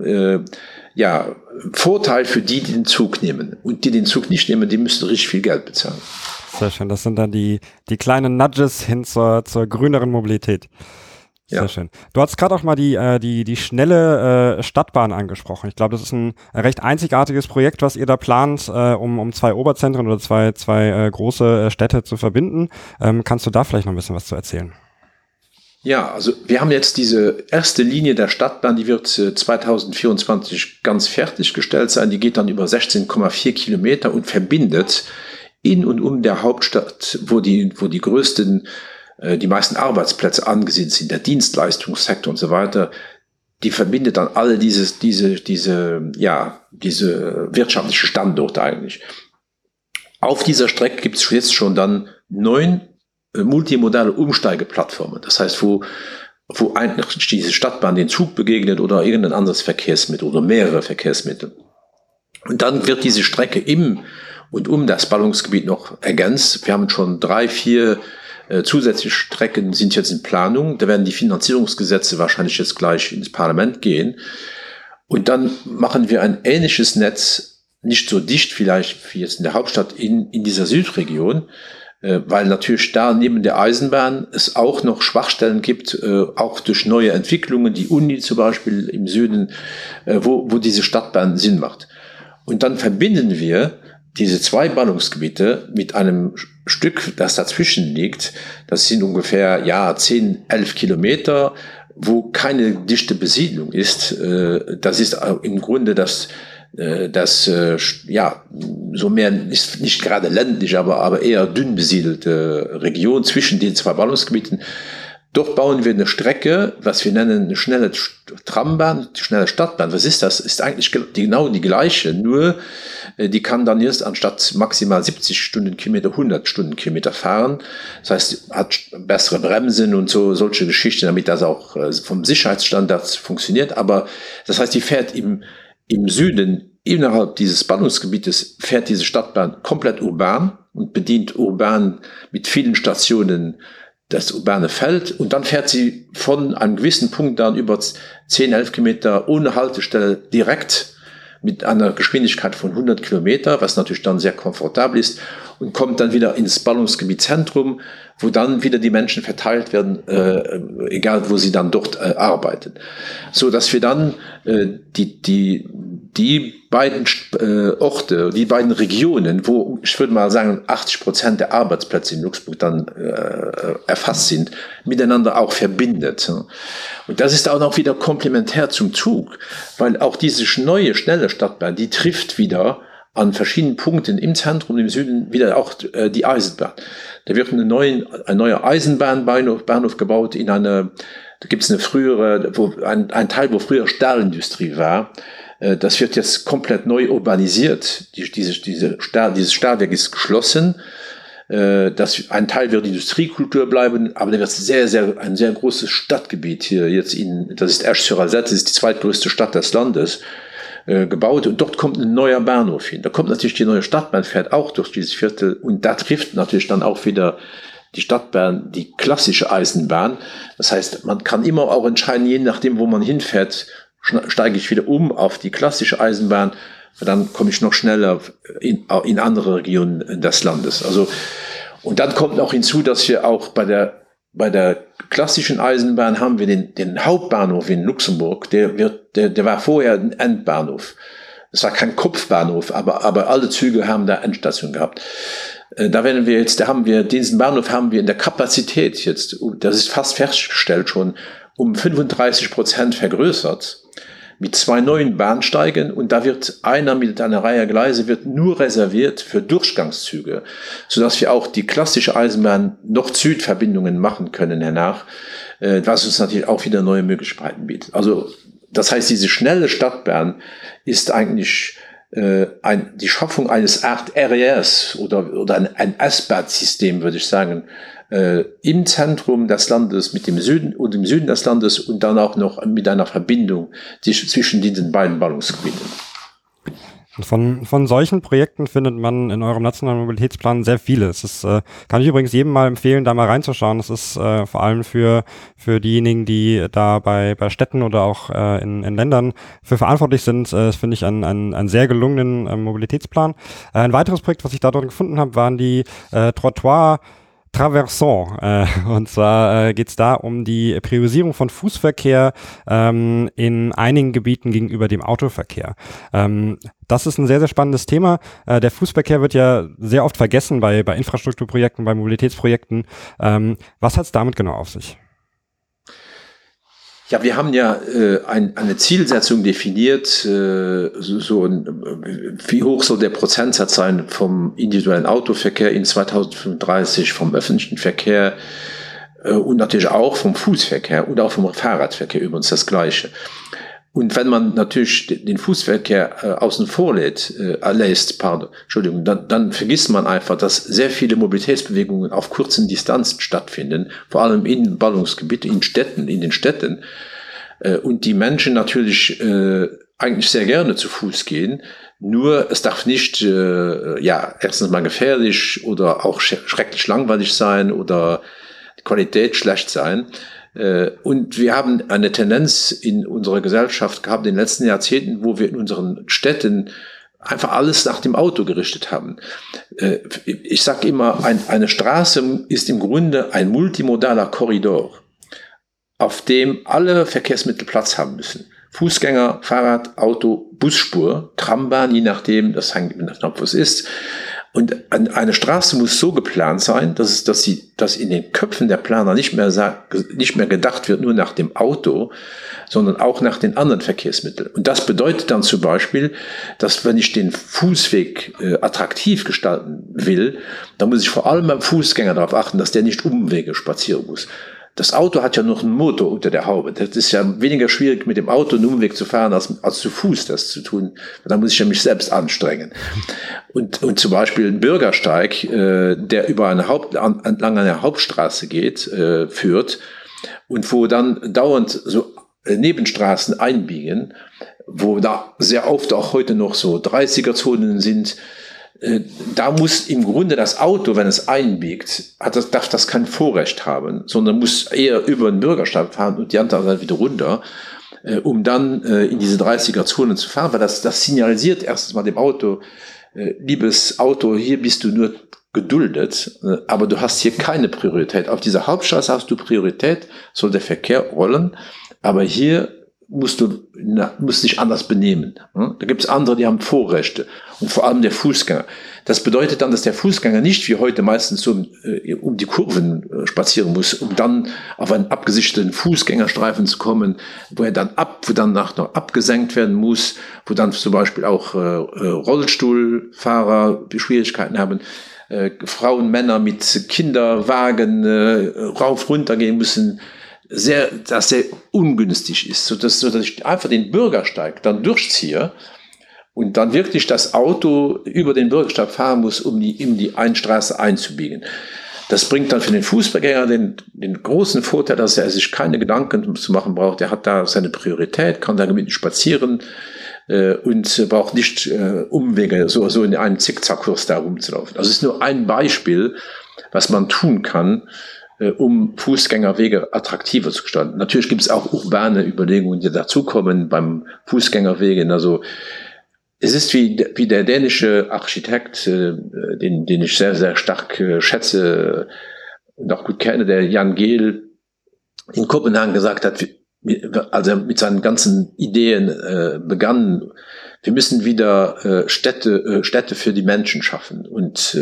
Speaker 2: Vorteil für die den Zug nehmen. Und die den Zug nicht nehmen, die müssen richtig viel Geld bezahlen.
Speaker 1: Sehr schön. Das sind dann die kleinen Nudges hin zur grüneren Mobilität. Sehr schön. Du hast gerade auch mal die schnelle Stadtbahn angesprochen. Ich glaube, das ist ein recht einzigartiges Projekt, was ihr da plant, um zwei Oberzentren oder zwei große Städte zu verbinden. Kannst du da vielleicht noch ein bisschen was zu erzählen?
Speaker 2: Ja, also wir haben jetzt diese erste Linie der Stadtbahn, die wird 2024 ganz fertiggestellt sein. Die geht dann über 16,4 Kilometer und verbindet in und um der Hauptstadt, wo die meisten Arbeitsplätze angesiedelt sind, der Dienstleistungssektor und so weiter, die verbindet dann alle diese wirtschaftliche Standorte eigentlich. Auf dieser Strecke gibt es jetzt schon dann 9 multimodale Umsteigeplattformen. Das heißt, wo eigentlich diese Stadtbahn den Zug begegnet oder irgendein anderes Verkehrsmittel oder mehrere Verkehrsmittel. Und dann wird diese Strecke im und um das Ballungsgebiet noch ergänzt. Wir haben schon 3, 4 zusätzliche Strecken sind jetzt in Planung. Da werden die Finanzierungsgesetze wahrscheinlich jetzt gleich ins Parlament gehen. Und dann machen wir ein ähnliches Netz, nicht so dicht vielleicht wie jetzt in der Hauptstadt in dieser Südregion, weil natürlich da neben der Eisenbahn es auch noch Schwachstellen gibt, auch durch neue Entwicklungen, die Uni zum Beispiel im Süden, wo diese Stadtbahn Sinn macht. Und dann verbinden wir diese 2 Ballungsgebiete mit einem Stück, das dazwischen liegt. Das sind ungefähr 10, 11 Kilometer, wo keine dichte Besiedlung ist. Das ist im Grunde so mehr ist nicht gerade ländlich, aber eher dünn besiedelte Region zwischen den 2 Ballungsgebieten. Dort bauen wir eine Strecke, was wir nennen eine schnelle Trambahn, schnelle Stadtbahn. Was ist das? Ist eigentlich genau die gleiche, nur die kann dann jetzt anstatt maximal 70 Stundenkilometer 100 Stundenkilometer fahren. Das heißt, hat bessere Bremsen und solche Geschichten, damit das auch vom Sicherheitsstandard funktioniert. Aber das heißt, die fährt im Süden, innerhalb dieses Ballungsgebietes, fährt diese Stadtbahn komplett urban und bedient urban mit vielen Stationen das urbane Feld, und dann fährt sie von einem gewissen Punkt dann über 10, 11 Kilometer ohne Haltestelle direkt mit einer Geschwindigkeit von 100 Kilometer, was natürlich dann sehr komfortabel ist, und kommt dann wieder ins Ballungsgebietzentrum, wo dann wieder die Menschen verteilt werden, egal wo sie dann dort arbeiten. So dass wir dann die beiden Orte, die beiden Regionen, wo ich würde mal sagen 80% der Arbeitsplätze in Luxemburg dann erfasst sind, miteinander auch verbindet. Und das ist auch noch wieder komplementär zum Zug, weil auch diese neue, schnelle Stadtbahn, die trifft wieder an verschiedenen Punkten im Zentrum, im Süden, wieder auch die Eisenbahn. Da wird ein neuer Eisenbahnbahnhof gebaut da gibt es eine frühere, ein Teil, wo früher Stahlindustrie war. Das wird jetzt komplett neu urbanisiert. Dieses Stahlwerk ist geschlossen. Ein Teil wird Industriekultur bleiben, aber da wird ein sehr großes Stadtgebiet hier jetzt das ist Esch-sur-Alzette, das ist die zweitgrößte Stadt des Landes, gebaut, und dort kommt ein neuer Bahnhof hin. Da kommt natürlich die neue Stadtbahn, fährt auch durch dieses Viertel, und da trifft natürlich dann auch wieder die Stadtbahn die klassische Eisenbahn. Das heißt, man kann immer auch entscheiden, je nachdem, wo man hinfährt, steige ich wieder um auf die klassische Eisenbahn, dann komme ich noch schneller in andere Regionen des Landes. Also, und dann kommt noch hinzu, dass wir auch bei der klassischen Eisenbahn haben wir den Hauptbahnhof in Luxemburg, der war vorher ein Endbahnhof. Es war kein Kopfbahnhof, aber alle Züge haben da Endstation gehabt. Diesen Bahnhof haben wir in der Kapazität jetzt, das ist fast festgestellt schon, um 35% vergrößert. mit 2 neuen Bahnsteigen und da wird einer mit einer Reihe Gleise wird nur reserviert für Durchgangszüge, sodass wir auch die klassische Eisenbahn Nord-Süd-Verbindungen machen können danach, was uns natürlich auch wieder neue Möglichkeiten bietet. Also das heißt, diese schnelle Stadtbahn ist eigentlich die Schaffung eines Art RES oder ein S-Bahn-System, würde ich sagen, im Zentrum des Landes, mit dem Süden und im Süden des Landes und dann auch noch mit einer Verbindung zwischen diesen beiden Ballungsgebieten.
Speaker 1: Von solchen Projekten findet man in eurem nationalen Mobilitätsplan sehr viele. Es ist, kann ich übrigens jedem mal empfehlen, da mal reinzuschauen. Das ist vor allem für diejenigen, die da bei Städten oder auch in Ländern für verantwortlich sind, finde ich einen sehr gelungenen Mobilitätsplan. Ein weiteres Projekt, was ich da dort gefunden habe, waren die Trottoir Traversant. Und zwar geht es da um die Priorisierung von Fußverkehr in einigen Gebieten gegenüber dem Autoverkehr. Das ist ein sehr, sehr spannendes Thema. Der Fußverkehr wird ja sehr oft vergessen bei Infrastrukturprojekten, bei Mobilitätsprojekten. Was hat es damit genau auf sich?
Speaker 2: Ja, wir haben ja eine Zielsetzung definiert, wie hoch soll der Prozentsatz sein vom individuellen Autoverkehr in 2035, vom öffentlichen Verkehr und natürlich auch vom Fußverkehr und auch vom Fahrradverkehr übrigens das Gleiche. Und wenn man natürlich den Fußverkehr außen vor lässt, dann vergisst man einfach, dass sehr viele Mobilitätsbewegungen auf kurzen Distanzen stattfinden, vor allem in Ballungsgebieten, in den Städten. Und die Menschen natürlich eigentlich sehr gerne zu Fuß gehen. Nur es darf nicht, erstens mal gefährlich oder auch schrecklich langweilig sein oder die Qualität schlecht sein. Und wir haben eine Tendenz in unserer Gesellschaft gehabt in den letzten Jahrzehnten, wo wir in unseren Städten einfach alles nach dem Auto gerichtet haben. Ich sage immer, eine Straße ist im Grunde ein multimodaler Korridor, auf dem alle Verkehrsmittel Platz haben müssen. Fußgänger, Fahrrad, Auto, Busspur, Trambahn, je nachdem, das hängt davon ab, was ist. Und eine Straße muss so geplant sein, dass in den Köpfen der Planer nicht mehr gedacht wird nur nach dem Auto, sondern auch nach den anderen Verkehrsmitteln. Und das bedeutet dann zum Beispiel, dass wenn ich den Fußweg attraktiv gestalten will, dann muss ich vor allem beim Fußgänger darauf achten, dass der nicht Umwege spazieren muss. Das Auto hat ja noch einen Motor unter der Haube. Das ist ja weniger schwierig, mit dem Auto einen Umweg zu fahren, als zu Fuß das zu tun. Da muss ich ja mich selbst anstrengen. Und zum Beispiel ein Bürgersteig, der über entlang einer Hauptstraße geht, führt und wo dann dauernd so Nebenstraßen einbiegen, wo da sehr oft auch heute noch so 30er-Zonen sind. Da muss im Grunde das Auto, wenn es einbiegt, darf das kein Vorrecht haben, sondern muss eher über den Bürgersteig fahren und die andere Seite wieder runter, um dann in diese 30er-Zonen zu fahren, weil das signalisiert erstens mal dem Auto, liebes Auto, hier bist du nur geduldet, aber du hast hier keine Priorität. Auf dieser Hauptstraße hast du Priorität, soll der Verkehr rollen, aber hier musst dich anders benehmen. Da gibt es andere, die haben Vorrechte und vor allem der Fußgänger. Das bedeutet dann, dass der Fußgänger nicht wie heute meistens so um die Kurven spazieren muss, um dann auf einen abgesicherten Fußgängerstreifen zu kommen, wo dann danach noch abgesenkt werden muss, wo dann zum Beispiel auch Rollstuhlfahrer Schwierigkeiten haben, Frauen, Männer mit Kinderwagen rauf, runter gehen müssen, das sehr ungünstig ist, sodass ich einfach den Bürgersteig dann durchziehe und dann wirklich das Auto über den Bürgersteig fahren muss, um die Einstraße einzubiegen. Das bringt dann für den Fußgänger den großen Vorteil, dass er sich keine Gedanken zu machen braucht. Er hat da seine Priorität, kann da gemütlich spazieren und braucht nicht Umwege, so in einem Zickzackkurs da rumzulaufen. Das ist nur ein Beispiel, was man tun kann, um Fußgängerwege attraktiver zu gestalten. Natürlich gibt es auch urbane Überlegungen, die dazukommen beim Fußgängerwegen. Also es ist wie der dänische Architekt, den ich sehr, sehr stark schätze und auch gut kenne, der Jan Gehl in Kopenhagen gesagt hat, als er mit seinen ganzen Ideen begann, wir müssen wieder Städte für die Menschen schaffen. Und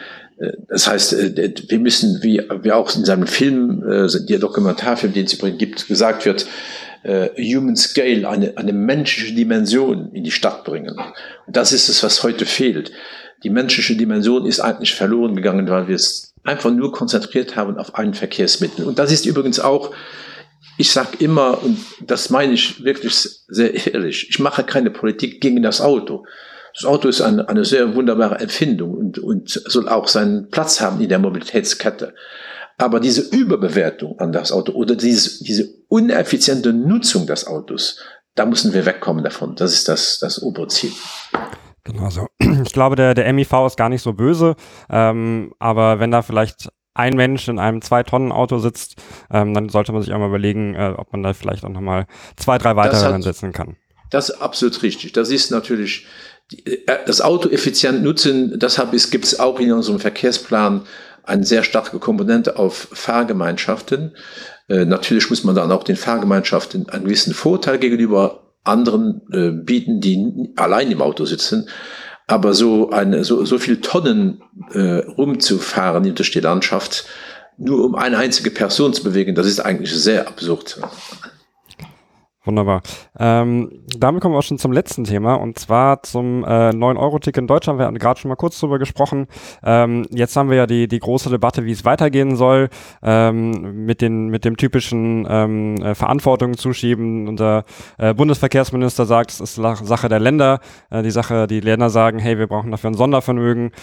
Speaker 2: das heißt, wir müssen, wie auch in seinem Film, der Dokumentarfilm, den es übrigens gibt, gesagt wird, Human Scale, eine menschliche Dimension in die Stadt bringen. Und das ist es, was heute fehlt. Die menschliche Dimension ist eigentlich verloren gegangen, weil wir es einfach nur konzentriert haben auf ein Verkehrsmittel. Und das ist übrigens auch, ich sage immer, und das meine ich wirklich sehr ehrlich, ich mache keine Politik gegen das Auto. Das Auto ist eine sehr wunderbare Erfindung und soll auch seinen Platz haben in der Mobilitätskette. Aber diese Überbewertung an das Auto oder diese uneffiziente Nutzung des Autos, da müssen wir wegkommen davon. Das ist das Oberziel.
Speaker 1: Genau so. Ich glaube, der MIV ist gar nicht so böse, aber wenn da vielleicht ein Mensch in einem 2-Tonnen-Auto sitzt, dann sollte man sich auch mal überlegen, ob man da vielleicht auch nochmal 2, 3 weitere setzen kann.
Speaker 2: Das ist absolut richtig. Das ist natürlich das Auto effizient nutzen. Deshalb gibt es auch in unserem Verkehrsplan eine sehr starke Komponente auf Fahrgemeinschaften. Natürlich muss man dann auch den Fahrgemeinschaften einen gewissen Vorteil gegenüber anderen bieten, die allein im Auto sitzen. Aber so viel Tonnen rumzufahren durch die Landschaft, nur um eine einzige Person zu bewegen, das ist eigentlich sehr absurd.
Speaker 1: Wunderbar. Damit kommen wir auch schon zum letzten Thema und zwar zum 9-Euro-Ticket in Deutschland. Wir hatten gerade schon mal kurz drüber gesprochen. Jetzt haben wir ja die große Debatte, wie es weitergehen soll, mit dem typischen Verantwortung zuschieben. Unser Bundesverkehrsminister sagt, es ist Sache der Länder. Die Länder sagen, hey, wir brauchen dafür ein Sondervermögen.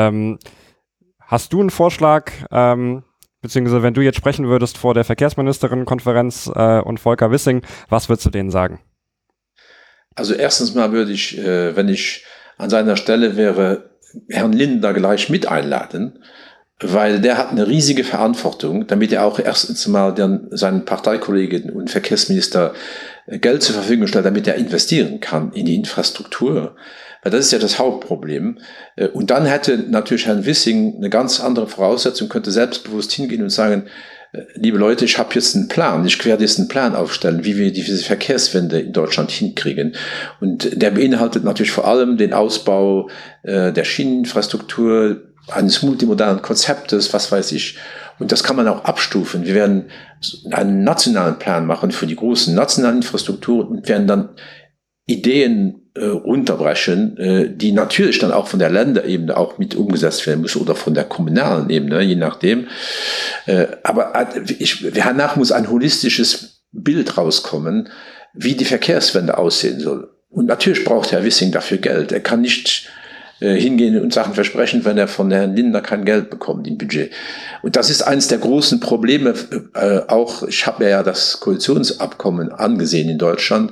Speaker 1: Hast du einen Vorschlag? Beziehungsweise wenn du jetzt sprechen würdest vor der Verkehrsministerinnenkonferenz und Volker Wissing, was würdest du denen sagen?
Speaker 2: Also erstens mal würde ich, wenn ich an seiner Stelle wäre, Herrn Lindner gleich mit einladen, weil der hat eine riesige Verantwortung, damit er auch erstens mal dann seinen Parteikollegen und Verkehrsminister Geld zur Verfügung stellt, damit er investieren kann in die Infrastruktur. Weil das ist ja das Hauptproblem. Und dann hätte natürlich Herrn Wissing eine ganz andere Voraussetzung, könnte selbstbewusst hingehen und sagen, liebe Leute, ich habe jetzt einen Plan, ich werde jetzt einen Plan aufstellen, wie wir diese Verkehrswende in Deutschland hinkriegen. Und der beinhaltet natürlich vor allem den Ausbau der Schieneninfrastruktur, eines multimodalen Konzeptes, was weiß ich. Und das kann man auch abstufen. Wir werden einen nationalen Plan machen für die großen nationalen Infrastrukturen und werden dann Ideen runterbrechen, die natürlich dann auch von der Länderebene auch mit umgesetzt werden müssen oder von der kommunalen Ebene, je nachdem. Aber danach muss ein holistisches Bild rauskommen, wie die Verkehrswende aussehen soll. Und natürlich braucht Herr Wissing dafür Geld. Er kann nicht hingehen und Sachen versprechen, wenn er von Herrn Lindner kein Geld bekommt im Budget. Und das ist eines der großen Probleme. Auch ich habe mir ja das Koalitionsabkommen angesehen in Deutschland.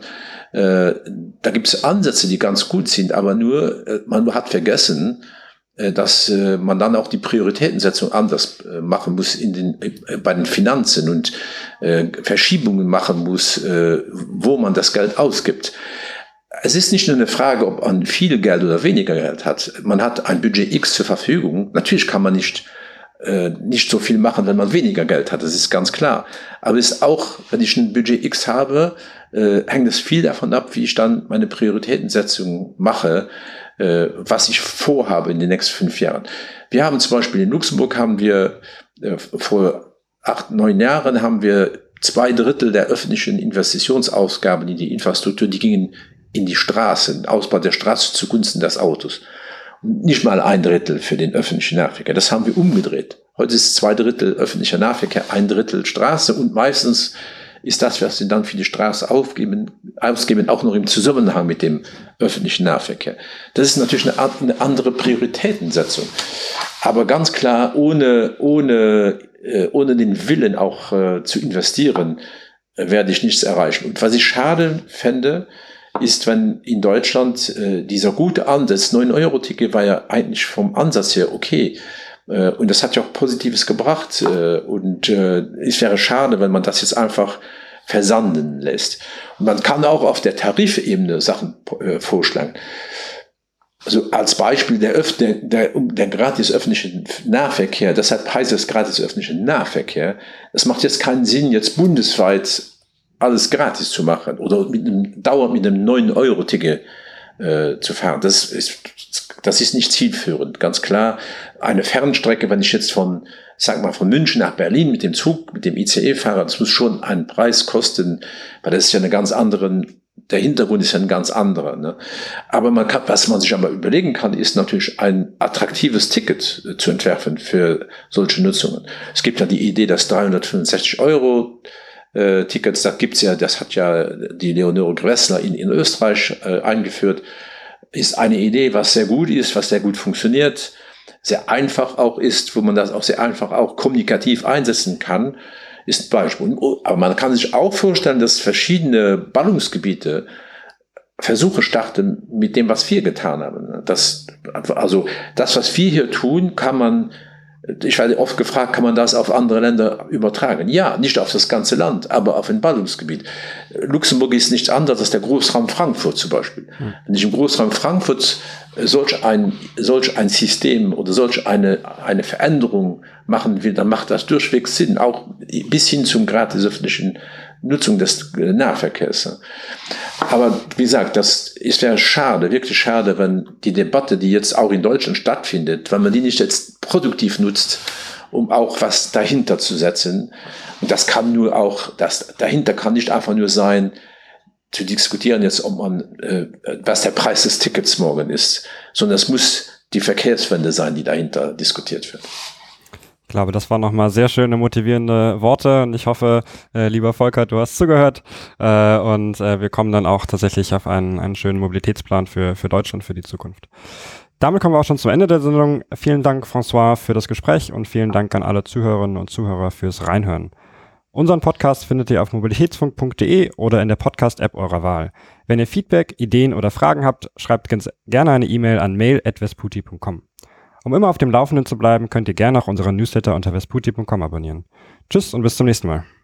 Speaker 2: Da gibt es Ansätze, die ganz gut sind, aber nur man hat vergessen, dass man dann auch die Prioritätensetzung anders machen muss bei den Finanzen und Verschiebungen machen muss, wo man das Geld ausgibt. Es ist nicht nur eine Frage, ob man viel Geld oder weniger Geld hat. Man hat ein Budget X zur Verfügung. Natürlich kann man nicht so viel machen, wenn man weniger Geld hat. Das ist ganz klar. Aber es ist auch, wenn ich ein Budget X habe, hängt es viel davon ab, wie ich dann meine Prioritätensetzung mache, was ich vorhabe in den nächsten 5 Jahren. Wir haben zum Beispiel in Luxemburg vor 8, 9 Jahren haben wir 2/3 der öffentlichen Investitionsausgaben in die Infrastruktur, die gingen in die Straßen, Ausbau der Straße zugunsten des Autos. Nicht mal 1/3 für den öffentlichen Nahverkehr. Das haben wir umgedreht. Heute ist 2/3 öffentlicher Nahverkehr, 1/3 Straße und meistens ist das, was sie dann für die Straße ausgeben, auch noch im Zusammenhang mit dem öffentlichen Nahverkehr. Das ist natürlich eine andere Prioritätensetzung. Aber ganz klar, ohne den Willen auch zu investieren, werde ich nichts erreichen. Und was ich schade fände, ist, wenn in Deutschland dieser gute Ansatz, 9-Euro-Ticket war ja eigentlich vom Ansatz her okay. Und das hat ja auch Positives gebracht. Und es wäre schade, wenn man das jetzt einfach versanden lässt. Und man kann auch auf der Tarifebene Sachen vorschlagen. Also als Beispiel der gratis öffentliche Nahverkehr, deshalb heißt es gratis öffentliche Nahverkehr. Es macht jetzt keinen Sinn, jetzt bundesweit alles gratis zu machen oder dauernd mit einem 9-Euro-Ticket zu fahren. Das Das ist nicht zielführend, ganz klar. Eine Fernstrecke, wenn ich jetzt von München nach Berlin mit dem Zug, mit dem ICE fahre, das muss schon einen Preis kosten, weil das ist ja der Hintergrund ist ja ein ganz anderer. Ne? Aber was man sich aber überlegen kann, ist natürlich ein attraktives Ticket zu entwerfen für solche Nutzungen. Es gibt ja die Idee, dass 365 € Tickets, das hat ja die Leonore Gressler in Österreich eingeführt, ist eine Idee, was sehr gut ist, was sehr gut funktioniert, sehr einfach auch ist, wo man das auch sehr einfach auch kommunikativ einsetzen kann, ist ein Beispiel. Aber man kann sich auch vorstellen, dass verschiedene Ballungsgebiete Versuche starten mit dem, was wir getan haben. Das, was wir hier tun, ich werde oft gefragt, kann man das auf andere Länder übertragen? Ja, nicht auf das ganze Land, aber auf ein Ballungsgebiet. Luxemburg ist nichts anderes als der Großraum Frankfurt zum Beispiel. Wenn ich im Großraum Frankfurt solch ein System oder solch eine Veränderung machen will, dann macht das durchweg Sinn, auch bis hin zum Grad des öffentlichen Nutzung des Nahverkehrs. Aber wie gesagt, es wäre schade, wirklich schade, wenn die Debatte, die jetzt auch in Deutschland stattfindet, wenn man die nicht jetzt produktiv nutzt, um auch was dahinter zu setzen. Und dahinter kann nicht einfach nur sein, zu diskutieren jetzt, was der Preis des Tickets morgen ist, sondern es muss die Verkehrswende sein, die dahinter diskutiert wird.
Speaker 1: Ich glaube, das waren nochmal sehr schöne, motivierende Worte und ich hoffe, lieber Volker, du hast zugehört und wir kommen dann auch tatsächlich auf einen schönen Mobilitätsplan für Deutschland, für die Zukunft. Damit kommen wir auch schon zum Ende der Sendung. Vielen Dank, François, für das Gespräch und vielen Dank an alle Zuhörerinnen und Zuhörer fürs Reinhören. Unseren Podcast findet ihr auf mobilitätsfunk.de oder in der Podcast-App eurer Wahl. Wenn ihr Feedback, Ideen oder Fragen habt, schreibt ganz gerne eine E-Mail an mail@vesputi.com. Um immer auf dem Laufenden zu bleiben, könnt ihr gerne auch unseren Newsletter unter vesputi.com abonnieren. Tschüss und bis zum nächsten Mal.